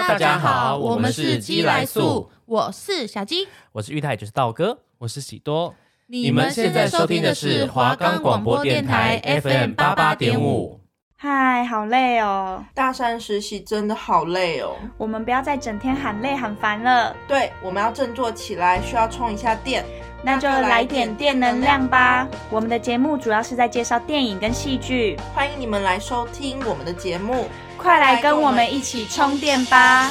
大家好，我们是鸡来素， 我是小鸡， 我是玉泰，就是道哥， 我是喜多。 你们现在收听的是华冈广播电台 FM88.5。 嗨，好累哦！ 大三实习真的好累哦。 我们不要再整天喊累喊烦了。 对，我们要振作起来，需要充一下电。 那就来点电能量吧。我们的节目主要是在介绍电影跟戏剧， 欢迎你们来收听我们的节目， 快来跟我们一起充电吧。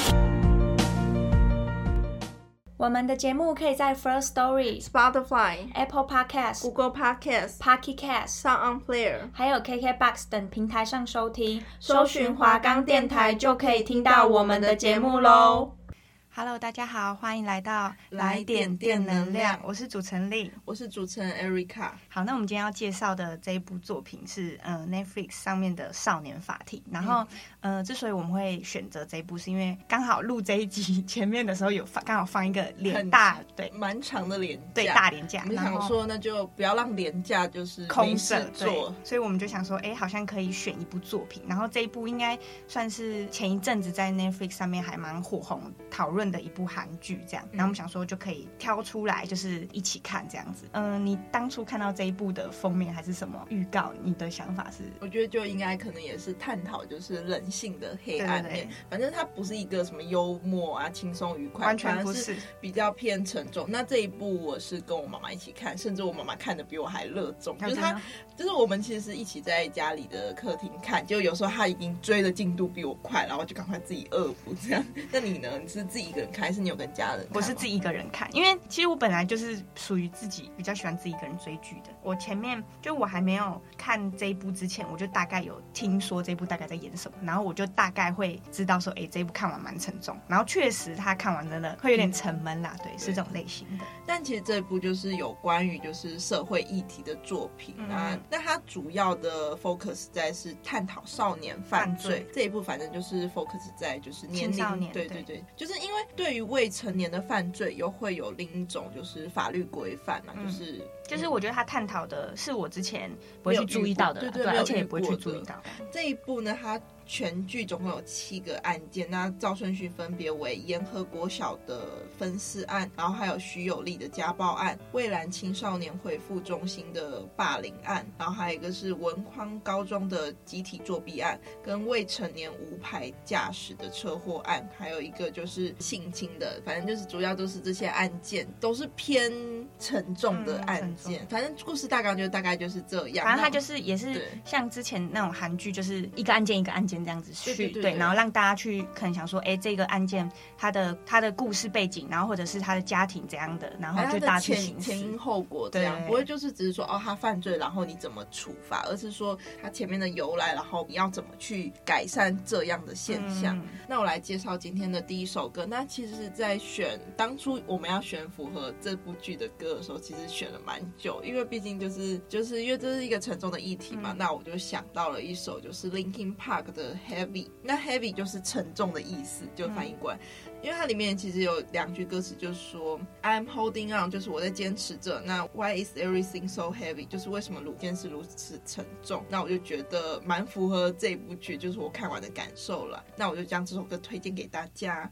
我们的节目可以在 First Story、Spotify、 Apple Podcast、Google Podcast、Pocket Cast、Sound On Player 还有 KKBOX 等平台上收听，搜寻华冈电台就可以听到我们的节目咯。Hello， 大家好，欢迎来到来点电能量，我是主持人丽， 我是主持人 Erica。 好，那我们今天要介绍的这一部作品是Netflix 上面的少年法庭。然后之所以我们会选择这一部，是因为刚好录这一集前面的时候有刚好放一个连大，对， 蛮长的连假， 对，大连假。 我们想说那就不要让连假就是空着做， 所以我们就想说，好像可以选一部作品。然后这一部应该算是前一阵子在 Netflix 上面还蛮火红讨论的一部韩剧，这样。然后我们想说就可以挑出来，就是一起看这样子。你当初看到这一部的封面还是什么预告，你的想法是？ 我觉得就应该可能也是探讨就是人性的黑暗面。 对对对， 反正它不是一个什么幽默啊、轻松愉快， 完全不是， 比较偏沉重。那这一部我是跟我妈妈一起看，甚至我妈妈看的比我还热衷，就是我们其实是一起在家里的客厅看，就有时候她已经追的进度比我快，然后就赶快自己恶补这样。那你呢？你是自己一个人看，还是你有跟家人看？ 我是自己一个人看，因为其实我本来就是属于自己比较喜欢自己一个人追剧的。我前面就我还没有看这一部之前，我就大概有听说这一部大概在演什么，然后我就大概会知道说，这一部看完蛮沉重，然后确实他看完真的会有点沉闷啦，对，是这种类型的。 但其实这一部就是有关于就是社会议题的作品啊，那它主要的 focus 在是探讨少年犯罪这一部，反正就是 focus 在就是年龄， 青少年， 对，就是因为对于未成年的犯罪又会有另一种就是法律规范嘛，就是我觉得他探讨的是我之前不会去注意到的，对，而且也不会去注意到的。 这一部呢，它全剧总共有7个案件，那照顺序分别为延和国小的分尸案，然后还有徐有利的家暴案，蔚蓝青少年恢复中心的霸凌案，然后还有一个是文匡高中的集体作弊案，跟未成年无牌驾驶的车祸案，还有一个就是性侵的，反正就是主要都是这些案件都是偏沉重的案件。反正故事大概就是这样。 反正它就是也是像之前那种韩剧，就是一个案件一个案件这样子去，对，然后让大家去可能想说，这个案件它的故事背景，然后或者是他的家庭怎样的，然后就大家去行事， 前因后果这样，不会就是只是说他犯罪，然后你怎么处罚，而是说他前面的由来，然后你要怎么去改善这样的现象。那我来介绍今天的第一首歌。那其实是在当初我们要选符合这部剧的歌的时候，其实选了蛮久，因为毕竟就是因为这是一个沉重的议题嘛，那我就想到了一首就是 Linkin Park 的 Heavy。 那 Heavy 就是沉重的意思，就翻译过来。因为它里面其实有2句歌词，就是说 I'm holding on， 就是我在坚持着。那 Why is everything so heavy， 就是为什么这件事如此沉重。那我就觉得蛮符合这部剧，就是我看完的感受了。那我就将这首歌推荐给大家。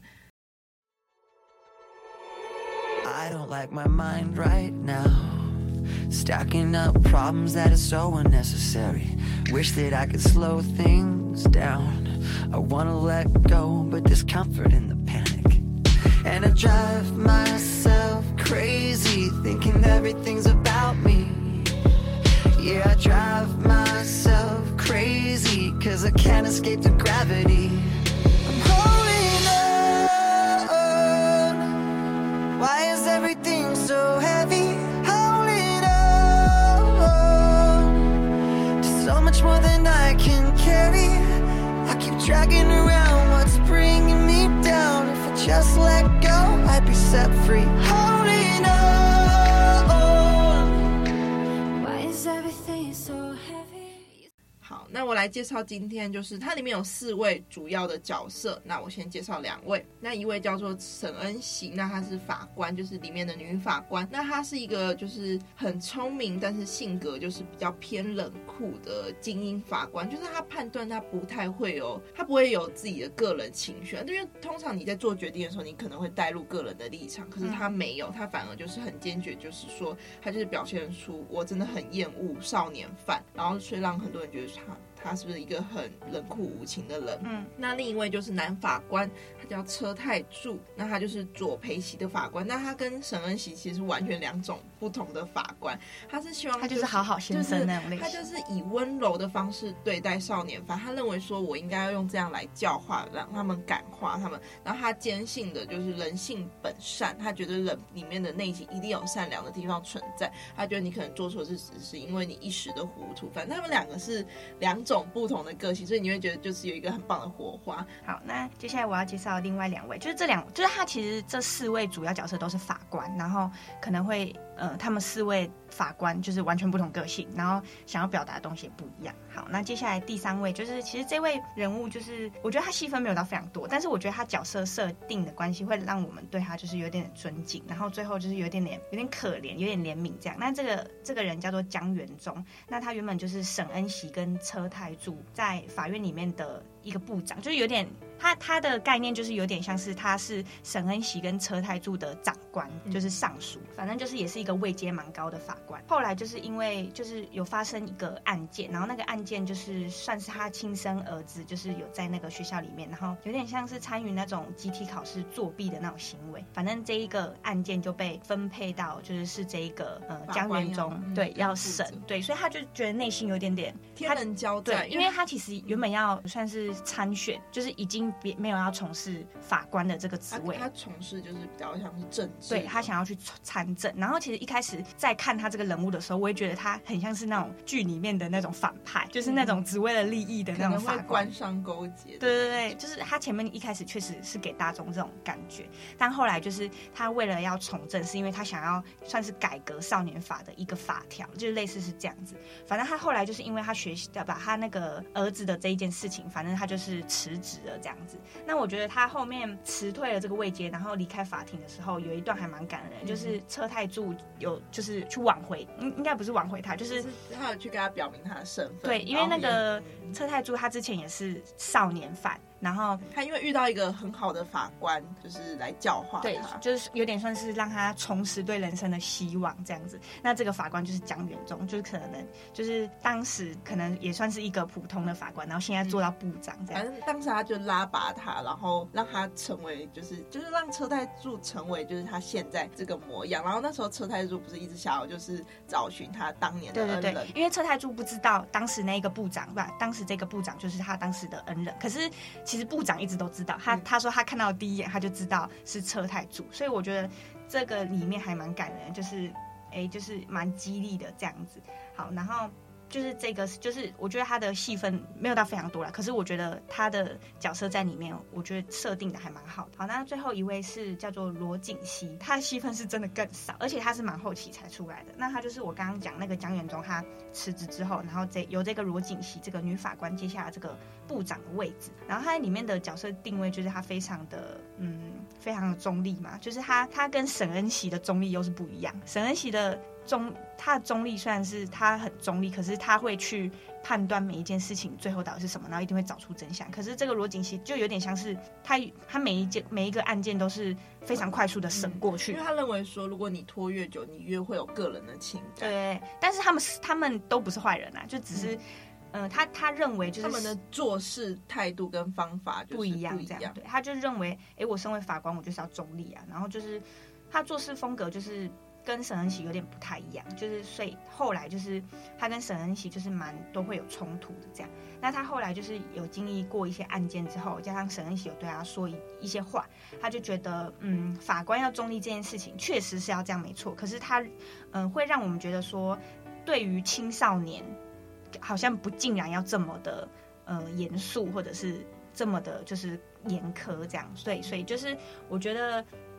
I don't like my mind right now, stacking up problems that are so unnecessary. Wish that I could slow things down. I wanna let go, but there's comfort in the panic. And I drive myself crazy, thinking everything's about me. Yeah, I drive myself crazy, cause I can't escape the gravity. I'm holding on. Why is everything so heavy? Holding on to so much more than I can carry. I keep dragging around what's bringing me down. If I just let go, I'd be set free. Holding on. Why is everything so heavy? 好，那我来来介绍今天就是它里面有4位主要的角色，那我先介绍2位。那一位叫做沈恩熙，那她是法官，就是里面的女法官。那她是一个就是很聪明，但是性格就是比较偏冷酷的精英法官，就是她判断她不会有自己的个人情绪，因为通常你在做决定的时候，你可能会带入个人的立场，可是她没有，她反而就是很坚决，就是说她就是表现出我真的很厌恶少年犯，然后所以让很多人觉得他是不是一个很冷酷无情的人。那另一位就是男法官，他叫车太柱，那他就是左培熙的法官。那他跟沈恩熙其实是完全2种不同的法官，他是希望他就是好好先生那种类型， 他就是以温柔的方式对待少年犯，他认为说我应该要用这样来教化，让他们感化他们。然后他坚信的就是人性本善，他觉得人里面的内心一定有善良的地方存在，他觉得你可能做错事只是因为你一时的糊涂，反正他们2个是2种不同的个性，所以你会觉得就是有一个很棒的火花。 好，那接下来我要介绍另外2位，就是就是他其实这4位主要角色都是法官，然后可能会他们4位法官就是完全不同个性，然后想要表达的东西也不一样。好，那接下来第3位就是其实这位人物就是我觉得他戏份没有到非常多，但是我觉得他角色设定的关系会让我们对他就是有点尊敬，然后最后就是有点可怜，有点怜悯这样。那这个人叫做江元忠，那他原本就是沈恩熙跟车太柱在法院里面的一个部长，就是有点他的概念就是有点像是他是沈恩熙跟车太柱的长官，就是上属，反正就是也是一个位阶蛮高的法官。后来就是因为就是有发生一个案件，然后那个案件就是算是他亲生儿子就是有在那个学校里面，然后有点像是参与那种集体考试作弊的那种行为，反正这一个案件就被分配到就是这一个江元忠对要审，对，所以他就觉得内心有点天人交战， 对，因为他其实原本要算是参选，就是已经没有要从事法官的这个职位， 他从事就是比较像是政治， 对，他想要去参政。然后其实一开始在看他这个人物的时候，我也觉得他很像是那种剧里面的那种反派，就是那种只为了利益的那种法官，可能会官商勾结。 对对对，就是他前面一开始确实是给大众这种感觉，但后来就是他为了要从政，是因为他想要算是改革少年法的一个法条，就是类似是这样子。反正他后来就是因为他学习把他那个儿子的这一件事情，反正他就是辞职了这样子。那我觉得他后面辞退了这个位阶，然后离开法庭的时候，有一段还蛮感人的，就是车太柱有就是去挽回，应该不是挽回他，就是他有去跟他表明他的身份。 对，因为那个车太柱他之前也是少年犯。然后他因为遇到一个很好的法官，就是来教化他， 对，就是有点算是让他重拾对人生的希望这样子。那这个法官就是江元忠，就是可能就是当时可能也算是一个普通的法官，然后现在做到部长这样。 反正当时他就拉拔他，然后让他成为就是让车太柱成为就是他现在这个模样。然后那时候车太柱不是一直想要就是找寻他当年的恩人， 对，因为车太柱不知道当时那个部长当时这个部长就是他当时的恩人，可是其实部长一直都知道，他说他看到的第一眼他就知道是车太柱，所以我觉得这个里面还蛮感人，就是蛮激励的这样子。好，然后就是这个就是我觉得他的戏份没有到非常多啦，可是我觉得他的角色在里面我觉得设定的还蛮好的。好，那最后一位是叫做罗锦熙，他的戏份是真的更少，而且他是蛮后期才出来的。那他就是我刚刚讲那个江元忠他辞职之后，然后由这个罗锦熙这个女法官接下来这个部长的位置，然后他在里面的角色定位就是他非常的中立嘛，就是他跟沈恩熙的中立又是不一样。沈恩熙的他的中立虽然是他很中立，可是他会去判断每一件事情最后到底是什么，然后一定会找出真相。可是这个罗锦熙就有点像是他每一个案件都是非常快速的审过去， 因为他认为说如果你拖越久，你越会有个人的情感。 对，但是他们都不是坏人啊，就只是他认为就是他们的做事态度跟方法就是不一样， 这样对，他就认为我身为法官我就是要中立啊，然后就是他做事风格就是跟沈恩熙有点不太一样，就是所以后来就是他跟沈恩熙就是都会有冲突的这样。那他后来就是有经历过一些案件之后，加上沈恩熙有对他说一些话，他就觉得法官要中立这件事情确实是要这样没错，可是他会让我们觉得说对于青少年好像不尽然要这么的严肃，或者是这么的就是严苛这样。所以就是我觉得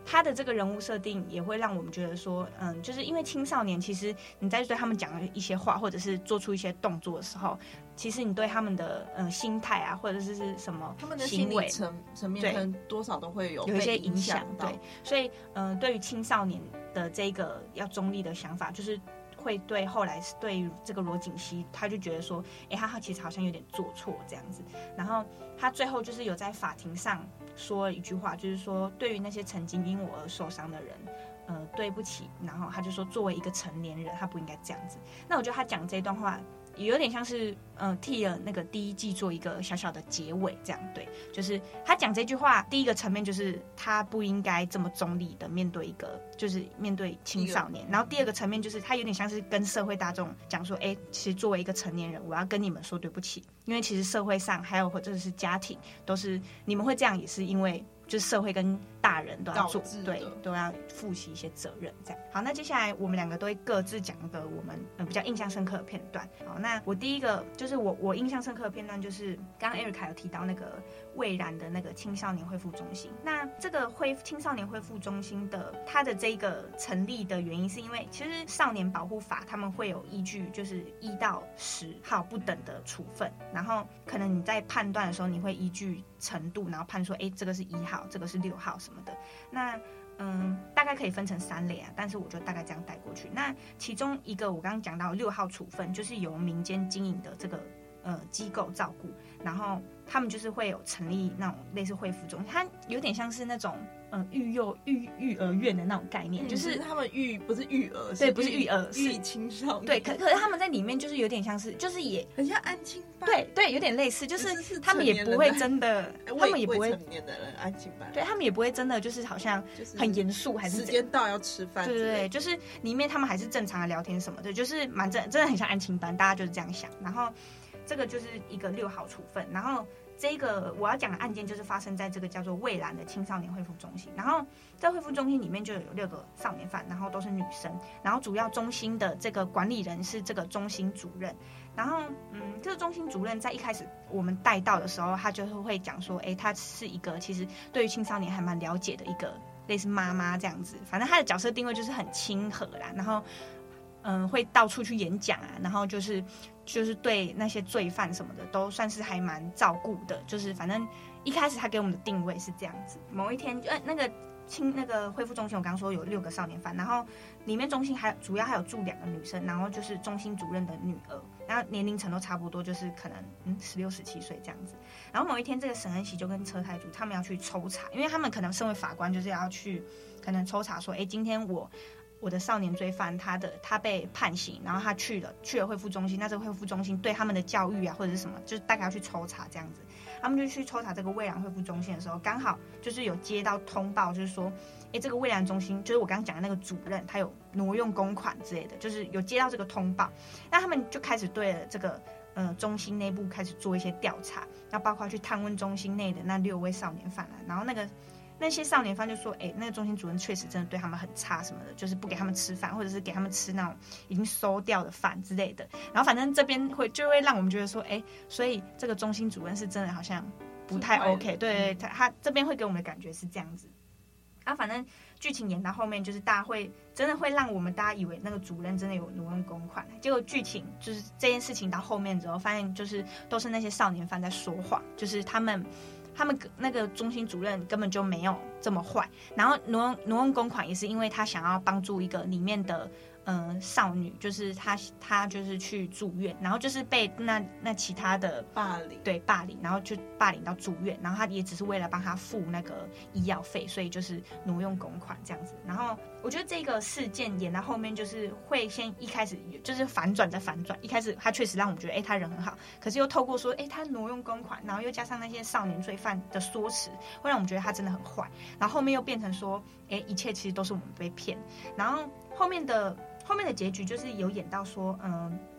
他的这个人物设定也会让我们觉得说，就是因为青少年，其实你在对他们讲的一些话，或者是做出一些动作的时候，其实你对他们的心态啊，或者是什么他们的心理层面，可能多少都会有一些影响到。 对，所以对于青少年的这个要中立的想法，就是会对后来对于这个罗锦熙，他就觉得说，他其实好像有点做错这样子，然后他最后就是有在法庭上说了一句话，就是说对于那些曾经因我而受伤的人，对不起。然后他就说，作为一个成年人，他不应该这样子。那我觉得他讲这段话也有点像是替了那个第一季做一个小小的结尾，这样对，就是他讲这句话，第一个层面就是他不应该这么中立的面对就是面对青少年，然后第二个层面就是他有点像是跟社会大众讲说，其实作为一个成年人，我要跟你们说对不起，因为其实社会上还有或者是家庭都是你们会这样，也是因为就是社会跟大人都要做，对，都要负起一些责任，这样。好，那接下来我们两个都会各自讲一个我们比较印象深刻的片段。好，那我第一个就是我印象深刻的片段，就是刚刚 Erica 有提到那个蔚然的那个青少年恢复中心。那这个青少年恢复中心的它的这个成立的原因，是因为其实少年保护法他们会有依据，就是1到10号不等的处分，然后可能你在判断的时候，你会依据程度，然后判说，这个是1号，这个是6号什么的。那大概可以分成3类啊，但是我就大概这样带过去。那其中一个我刚刚讲到6号处分，就是由民间经营的这个机构照顾，然后他们就是会有成立那种类似恢复中心，它有点像是那种育儿院的那种概念，就是他们不是育儿， 对，不是育儿， 是青少年， 对，可是他们在里面就是有点像是，就是也很像安亲班， 对，有点类似，就是他们也不会真的，他们也不会成年的人安亲班， 对他们也不会真的就是好像很严肃，还是时间到要吃饭， 对，就是里面他们还是正常的聊天什么的，就是蛮真的很像安亲班，大家就是这样想。然后这个就是一个6号处分，然后这个我要讲的案件就是发生在这个叫做蔚然的青少年恢复中心，然后在恢复中心里面就有6个少年犯，然后都是女生，然后主要中心的这个管理人是这个中心主任，然后这个中心主任在一开始我们带到的时候，他就是会讲说，他是一个其实对于青少年还蛮了解的一个类似妈妈这样子，反正他的角色定位就是很亲和啦，然后会到处去演讲啊，然后就是对那些罪犯什么的都算是还蛮照顾的，就是反正一开始他给我们的定位是这样子。某一天那个恢复中心我刚刚说有6个少年犯，然后里面中心主要还有住2个女生，然后就是中心主任的女儿，然后年龄层都差不多，就是可能16、17岁这样子。然后某一天这个沈恩熙就跟车太祖他们要去抽查，因为他们可能身为法官就是要去可能抽查说，今天我的少年罪犯他被判刑，然后他去了恢复中心，那这个恢复中心对他们的教育啊或者是什么，就是大概要去抽查这样子。他们就去抽查这个蔚然恢复中心的时候，刚好就是有接到通报，就是说，这个蔚然中心就是我刚刚讲的那个主任，他有挪用公款之类的，就是有接到这个通报，那他们就开始对了这个中心内部开始做一些调查，那包括去探问中心内的那6位少年犯然后那些少年犯就说，那个中心主任确实真的对他们很差什么的，就是不给他们吃饭，或者是给他们吃那种已经馊掉的饭之类的。然后反正这边就会让我们觉得说，所以这个中心主任是真的好像不太 OK， 对，他这边会给我们的感觉是这样子。反正剧情演到后面，就是大家真的会让我们大家以为那个主任真的有挪用公款，结果剧情就是这件事情到后面之后，发现就是都是那些少年犯在说谎，就是他们那个中心主任根本就没有这么坏，然后挪用公款也是因为他想要帮助一个里面的少女，就是他就是去住院，然后就是被那其他的霸凌， 对，霸凌，然后就霸凌到住院，然后他也只是为了帮他付那个医药费，所以就是挪用公款这样子。然后我觉得这个事件演到后面就是会先一开始就是反转再反转，一开始他确实让我们觉得他人很好，可是又透过说他挪用公款，然后又加上那些少年罪犯的说辞，会让我们觉得他真的很坏，然后后面又变成说一切其实都是我们被骗，然后后面的结局就是有演到说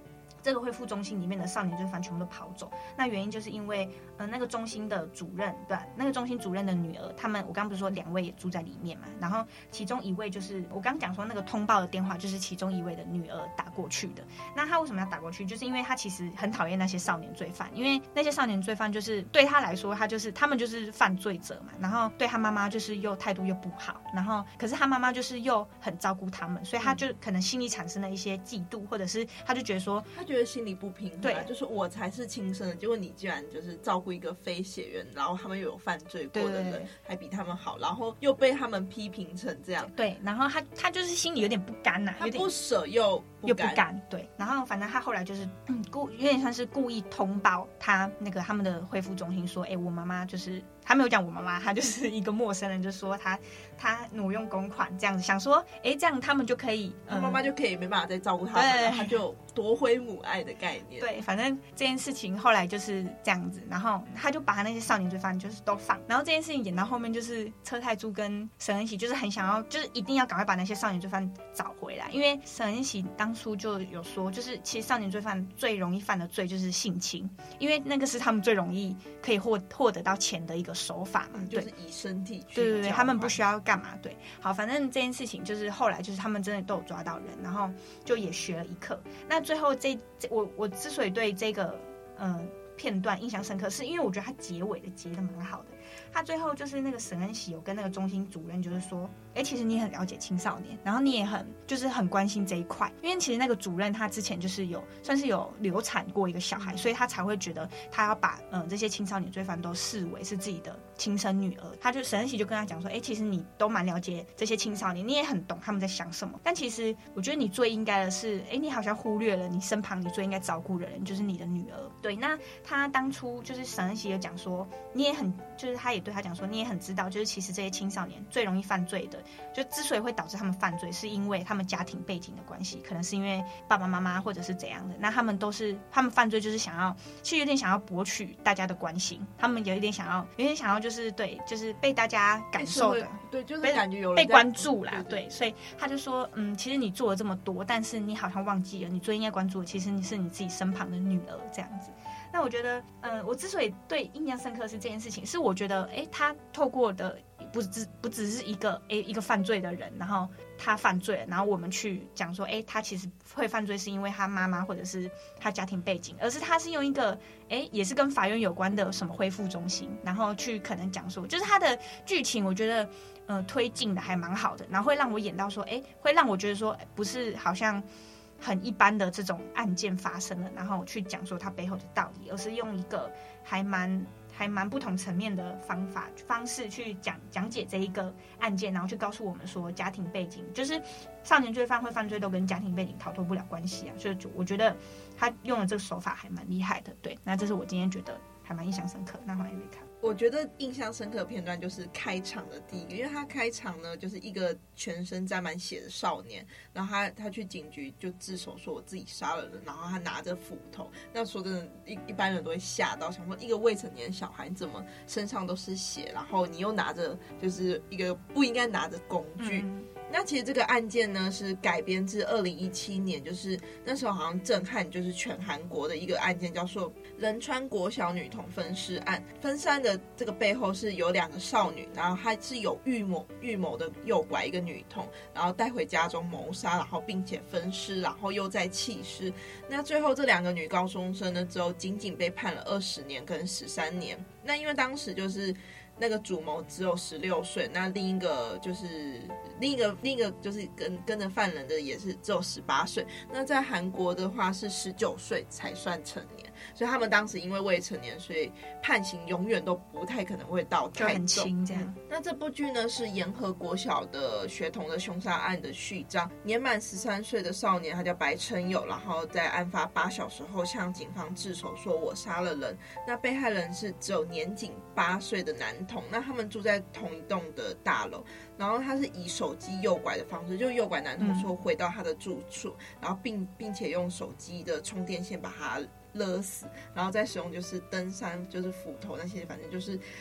这个恢复中心里面的少年罪犯全部都跑走。那原因就是因为那个中心的主任，对，那个中心主任的女儿，我刚刚不是说2位也住在里面嘛，然后其中1位就是我刚讲说那个通报的电话就是其中1位的女儿打过去的。那他为什么要打过去？就是因为他其实很讨厌那些少年罪犯，因为那些少年罪犯就是对他来说，他们就是犯罪者嘛，然后对他妈妈就是又态度又不好，然后可是他妈妈就是又很照顾他们，所以他就可能心里产生了一些嫉妒，或者是他就觉得说， 他觉得心里不平衡，对，就是我才是亲生的，结果你居然就是照顾一个非血缘，然后他们又有犯罪过的人，还比他们好，然后又被他们批评成这样， 对，然后他就是心里有点不甘呐， 他不舍又不甘， 对，然后反正他后来就是有点像是故意通报他们的恢复中心说，我妈妈就是他没有讲我妈妈，他就是一个陌生人，就说他挪用公款这样子，想说这样他们就可以， 他妈妈就可以没办法再照顾他们，他就夺回母爱的概念。 对，反正这件事情后来就是这样子，然后他就把那些少年罪犯就是都放，然后这件事情演到后面就是车太柱跟沈恩喜就是很想要，就是一定要赶快把那些少年罪犯找回来，因为沈恩喜当初就有说，就是其实少年罪犯最容易犯的罪就是性侵，因为那个是他们最容易可以获得到钱的一个手法嘛， 就是以身体去对，他们不需要干嘛，对，好，反正这件事情就是后来就是他们真的都有抓到人，然后就也学了一课。那最后我之所以对这个片段印象深刻，是因为我觉得他结尾的结得蛮好的。他最后就是那个沈恩喜有跟那个中心主任就是说，其实你很了解青少年，然后你也很关心这一块，因为其实那个主任他之前就是算是有流产过一个小孩，所以他才会觉得他要把这些青少年罪犯都视为是自己的亲生女儿。他就沈恩喜就跟他讲说，其实你都蛮了解这些青少年，你也很懂他们在想什么，但其实我觉得你最应该的是，你好像忽略了你身旁你最应该照顾的人就是你的女儿。对，那他当初就是沈恩喜有讲说，你也很就是他也对他讲说，你也很知道，就是其实这些青少年最容易犯罪的，就之所以会导致他们犯罪，是因为他们家庭背景的关系，可能是因为爸爸妈妈或者是怎样的。那他们犯罪就是其实有点想要博取大家的关心，他们有点想要就是对，就是被大家感受的， 对，就是感觉有人被关注啦，对，所以他就说，其实你做了这么多，但是你好像忘记了，你最应该关注的其实是你自己身旁的女儿这样子。那我觉得，我之所以对印象深刻是这件事情，是我觉得，他透过的不只是一个犯罪的人，然后他犯罪了，然后我们去讲说，他其实会犯罪是因为他妈妈或者是他家庭背景，而是他是用一个，也是跟法院有关的什么恢复中心，然后去可能讲说，就是他的剧情，我觉得，推进的还蛮好的，然后会让我演到说，会让我觉得说，不是好像很一般的这种案件发生了，然后去讲说它背后的道理，而是用一个还蛮不同层面的方式去讲解这一个案件，然后去告诉我们说家庭背景，就是少年罪犯会犯罪都跟家庭背景逃脱不了关系啊，所以我觉得他用的这个手法还蛮厉害的。对，那这是我今天觉得还蛮印象深刻。那换Erica。 我觉得印象深刻的片段就是开场的第一个，因为他开场呢就是一个全身沾满血的少年，然后他去警局就自首说我自己杀了人，然后他拿着斧头。那说真的，一般人都会吓到，想说一个未成年小孩怎么身上都是血，然后你又拿着就是一个不应该拿着工具。那其实这个案件呢是改编自2017年，就是那时候好像震撼就是全韩国的一个案件，叫做仁川国小女童分尸案。分尸案的这个背后是有2个少女，然后她是有预谋的诱拐一个女童，然后带回家中谋杀，然后并且分尸，然后又再弃尸。那最后这2个女高中生呢，只有仅仅被判了20年跟13年。那因为当时就是那个主谋只有16岁，那另一个就是跟着犯人的也是只有18岁。那在韩国的话是19岁才算成年，所以他们当时因为未成年，所以判刑永远都不太可能会到太重， 就很轻这样。 那这部剧呢是延和国小的学童的凶杀案的序章。年满13岁的少年，他叫白成友，然后在案发8小时后向警方自首说我杀了人。那被害人是只有年仅8岁的男童，那他们住在同一栋的大楼，然后他是以手机诱拐的方式，就诱拐男童说回到他的住处，然后并且用手机的充电线把他勒死，然后再使用就是登山就是斧头那些，反正就是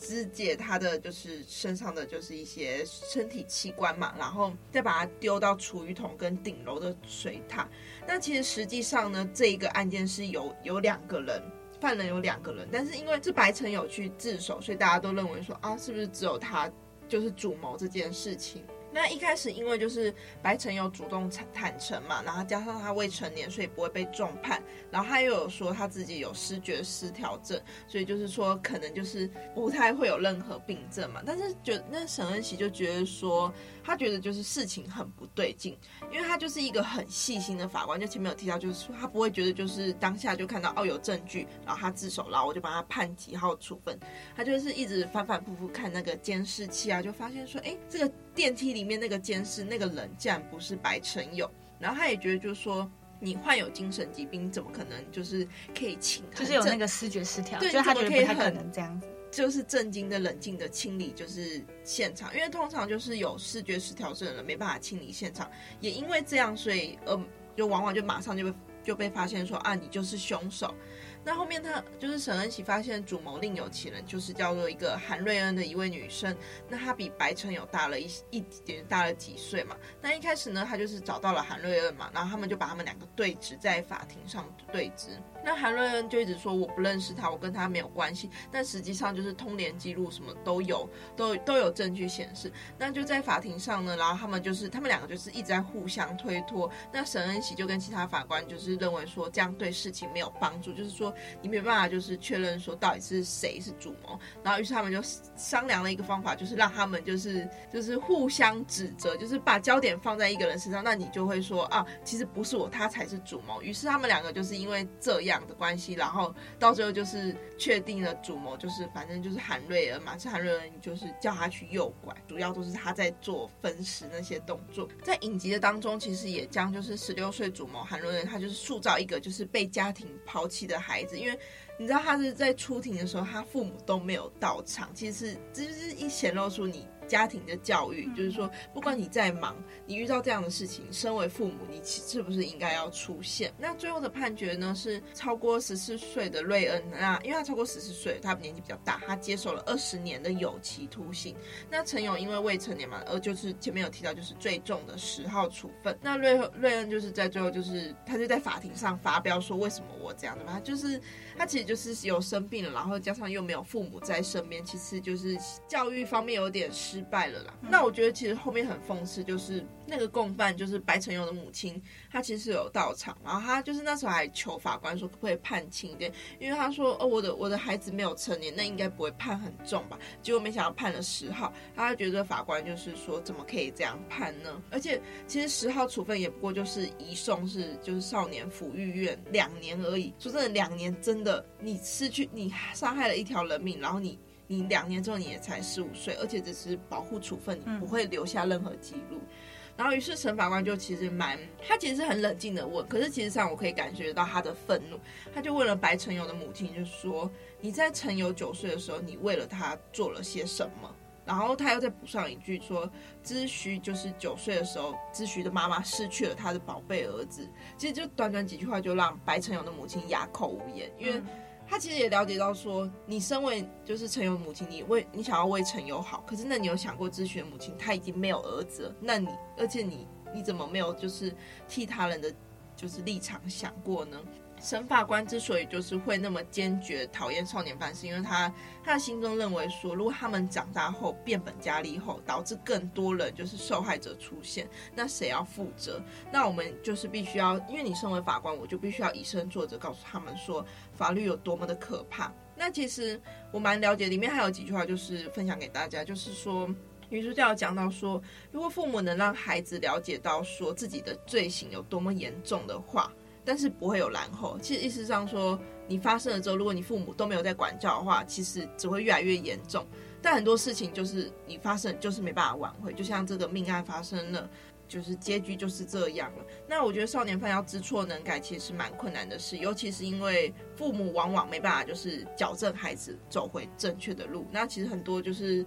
肢解他的就是身上的就是一些身体器官嘛，然后再把它丢到厨余桶跟顶楼的水塔。那其实实际上呢，这一个案件是有2个人，犯人有2个人，但是因为是白成友去自首，所以大家都认为说啊，是不是只有他就是主谋这件事情。那一开始因为就是白成友主动坦诚嘛，然后加上他未成年，所以不会被重判，然后他又有说他自己有思觉失调症，所以就是说可能就是不太会有任何病症嘛。但是那沈恩熙就觉得说，他觉得就是事情很不对劲，因为他就是一个很细心的法官，就前面有提到，就是说他不会觉得就是当下就看到有证据，然后他自首，然后我就帮他判几号处分，他就是一直反反复复看那个监视器啊，就发现说，这个电梯里面那个监视那个人竟然不是白成友，然后他也觉得就是说，你患有精神疾病，怎么可能就是可以就是有那个思觉失调， 对， 就是他觉得不太可能这样子。 就是震惊的、冷静的清理就是现场，因为通常就是有视觉失调症的人没办法清理现场，也因为这样，所以就往往就马上就被发现说啊，你就是凶手。那后面他就是沈恩熙发现主谋另有其人，就是叫做一个韩瑞恩的一位女生，那她比白成友大了一点，大了几岁嘛。那一开始呢，他就是找到了韩瑞恩嘛，然后他们就把他们2个对质，在法庭上对质。那韩瑞恩就一直说我不认识他，我跟他没有关系，但实际上就是通联记录什么都有证据显示。那就在法庭上呢，然后他们2个就是一直在互相推脱。那沈恩熙就跟其他法官就是认为说这样对事情没有帮助，就是说你没办法就是确认说到底是谁是主谋。然后于是他们就商量了一个方法，就是让他们就是互相指责，就是把焦点放在一个人身上，那你就会说啊，其实不是我，他才是主谋。于是他们2个就是因为这样的关系，然后到最后就是确定了主谋就是反正就是韩瑞恩嘛，是韩瑞恩就是叫他去诱拐，主要都是他在做分尸那些动作。在影集的当中，其实也将就是16岁主谋韩瑞恩，他就是塑造一个就是被家庭抛弃的孩子，因为你知道他是在出庭的时候，他父母都没有到场，其实这就是一显露出你家庭的教育，就是说不管你再忙，你遇到这样的事情，身为父母你是不是应该要出现。那最后的判决呢，是超过14岁的瑞恩，那因为他超过14岁，他年纪比较大，他接受了20年的有期徒刑。那陈勇因为未成年嘛，就是前面有提到就是最重的10号处分。那瑞恩就是在最后就是他就在法庭上发飙说为什么我这样的嘛，他其实就是有生病了，然后加上又没有父母在身边，其实就是教育方面有点失败了啦。那我觉得其实后面很讽刺，就是那个共犯就是白成勇的母亲，她其实有到场，然后她就是那时候还求法官说可不可以判轻一点，因为她说我的孩子没有成年，那应该不会判很重吧，结果没想到判了10号，她觉得法官就是说怎么可以这样判呢？而且其实10号处分也不过就是移送就是少年抚育院2年而已，说真的2年真的你伤害了一条人命，然后你2年之后你也才15岁，而且只是保护处分，你不会留下任何记录。然后于是沈法官就其实他其实是很冷静的问，可是其实上我可以感觉到他的愤怒，他就问了白成友的母亲，就说你在成友9岁的时候，你为了他做了些什么？然后他又再补上一句说，知徐就是9岁的时候，知徐的妈妈失去了他的宝贝儿子。其实就短短几句话就让白成友的母亲哑口无言，因为他其实也了解到说，你身为就是成友的母亲，你想要为成友好，可是那你有想过知徐的母亲她已经没有儿子了，那而且你怎么没有就是替他人的就是立场想过呢？审法官之所以就是会那么坚决讨厌少年犯，是因为他的心中认为说，如果他们长大后变本加厉后，导致更多人就是受害者出现，那谁要负责？那我们就是必须要，因为你身为法官，我就必须要以身作则，告诉他们说法律有多么的可怕。那其实我蛮了解，里面还有几句话就是分享给大家，就是说女主角有讲到说，如果父母能让孩子了解到说自己的罪行有多么严重的话，但是不会有然后。其实意思上说，你发生了之后，如果你父母都没有在管教的话，其实只会越来越严重。但很多事情就是你发生就是没办法挽回，就像这个命案发生了，就是结局就是这样了。那我觉得少年犯要知错能改，其实是蛮困难的事，尤其是因为父母往往没办法就是矫正孩子走回正确的路。那其实很多就是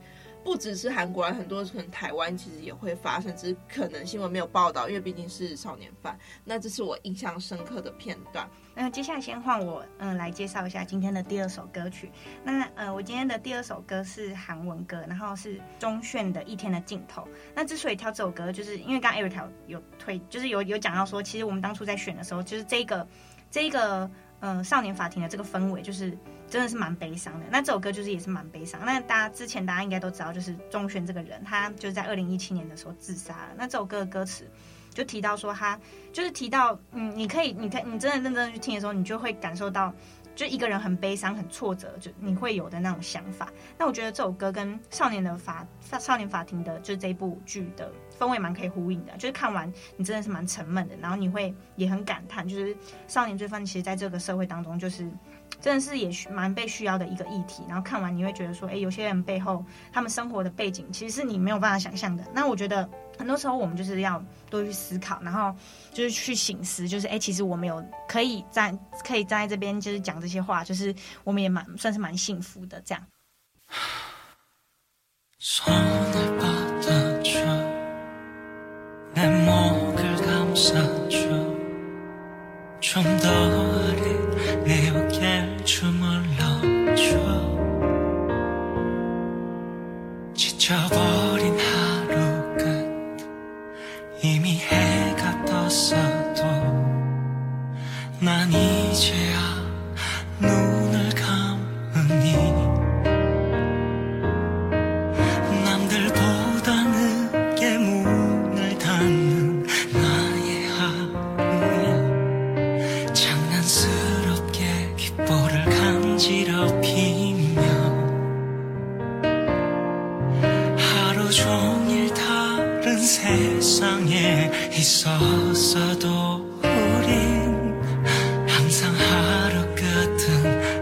不只是韩国人，很多可能台湾其实也会发生，只是可能新闻没有报道，因为毕竟是少年犯。那这是我印象深刻的片段。 接下来先换我来介绍一下今天的第二首歌曲。那我今天的第二首歌是韩文歌，然后是钟铉的《一天的尽头》。那之所以挑这首歌，就是因为刚刚 Erica 有推，就是有讲到说，其实我们当初在选的时候，就是这个少年法庭的这个氛围，就是真的是蛮悲伤的。那这首歌就是也是蛮悲伤。那之前大家应该都知道，就是钟铉这个人，他就是在2017年的时候自杀了。那这首歌的歌词就提到说，他就是提到，你真的认真的去听的时候，你就会感受到，就一个人很悲伤、很挫折，就你会有的那种想法。那我觉得这首歌跟少年法庭的就是这部剧的氛围蛮可以呼应的，就是看完你真的是蛮沉闷的，然后你会也很感叹，就是少年罪犯其实在这个社会当中，就是真的是也蛮被需要的一个议题。然后看完你会觉得说，有些人背后他们生活的背景其实是你没有办法想象的。那我觉得很多时候我们就是要多去思考，然后就是去省思，就是其实我们有可以站在这边就是讲这些话，就是我们也算是蛮幸福的这样。 내 목을 감싸줘 좀 더 어린 내 어깨를 주물러줘 지쳐버린 하루 끝 이미 해가 떴어도 난 이제야 눈을 감으니 남들보다 늦게 문을 닫는 나의 하루에 장난스럽게 귓볼을 간지럽히며 하루 종일 다른 세상에 있었어도 우린 항상 하루 끝은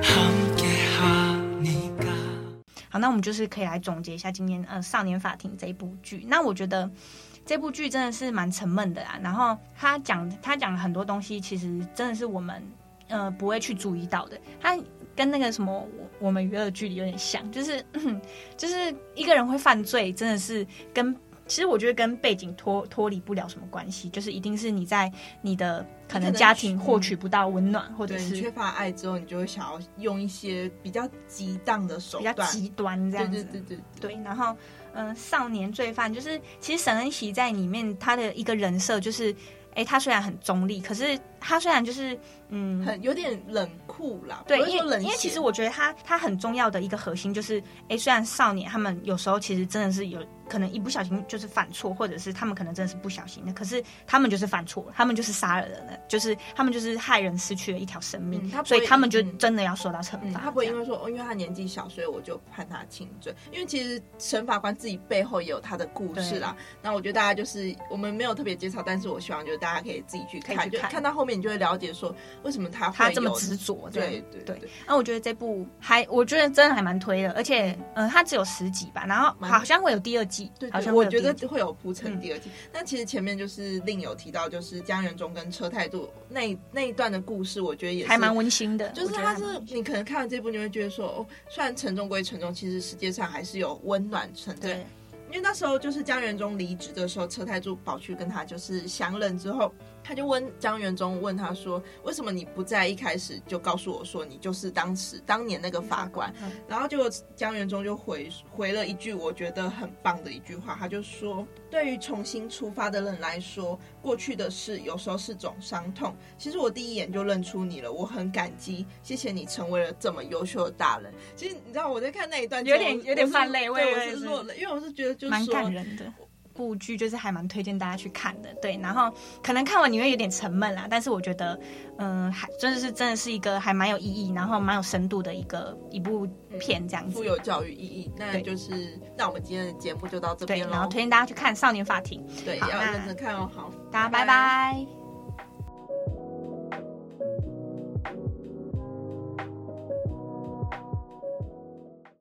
함께하니까 好，那我们就是可以来总结一下今天少年法庭这一部剧。那我觉得这部剧真的是蛮沉闷的啦，然后他讲了很多东西，其实真的是我们不会去注意到的。他跟那个什么我们娱乐剧里有点像，就是一个人会犯罪，真的是其实我觉得跟背景脱离不了什么关系，就是一定是你在你的可能家庭获取不到温暖，或者是缺乏爱之后，你就会想要用一些比较极当的手段， 比较极端这样子。对。然后少年罪犯就是其实沈恩熙在里面他的一个人设就是。他虽然很中立，可是他虽然就是很有点冷酷啦。 对，因为其实我觉得他很重要的一个核心就是虽然少年他们有时候其实真的是有可能一不小心就是犯错，或者是他们可能真的是不小心的，可是他们就是犯错了，他们就是杀了人了，就是他们就是害人失去了一条生命，所以他们就真的要受到惩罚。 他不会因为说因为他年纪小，所以我就判他轻罪，因为其实审法官自己背后也有他的故事啦。那我觉得大家就是我们没有特别介绍，但是我希望就是大家可以自己去看，就看到后面你就会了解说为什么他这么执着。 对。 那我觉得这部我觉得真的还蛮推的，而且它只有10集吧，然后好像会有第2季。 对，我觉得会有铺陈第2季。但其实前面就是另有提到，就是姜元忠跟车太度那一段的故事，我觉得也是还蛮温馨的。 就是他是你可能看完这部，你会觉得说，虽然沉重归沉重，其实世界上还是有温暖存在。对，因为那时候就是姜元忠离职的时候，车太度跑去跟他就是相认之后。他就问姜元忠，问他说：“为什么你不在一开始就告诉我说你就是当年那个法官？”然后结果姜元忠就回了一句我觉得很棒的一句话，他就说：“对于重新出发的人来说，过去的事有时候是种伤痛。其实我第一眼就认出你了，我很感激，谢谢你成为了这么优秀的大人。”其实你知道我在看那一段有点泛泪，我是落泪，因为我是觉得就是蛮感人的。部剧就是还蛮推荐大家去看的，对，然后可能看完你会有点沉闷啦，但是我觉得，还真的是一个还蛮有意义，然后蛮有深度的一部片这样子， 富有教育意义。那就是那我们今天的节目就到这边了， 然后推荐大家去看《少年法庭》， 对，要认真看哦。好， 大家拜拜。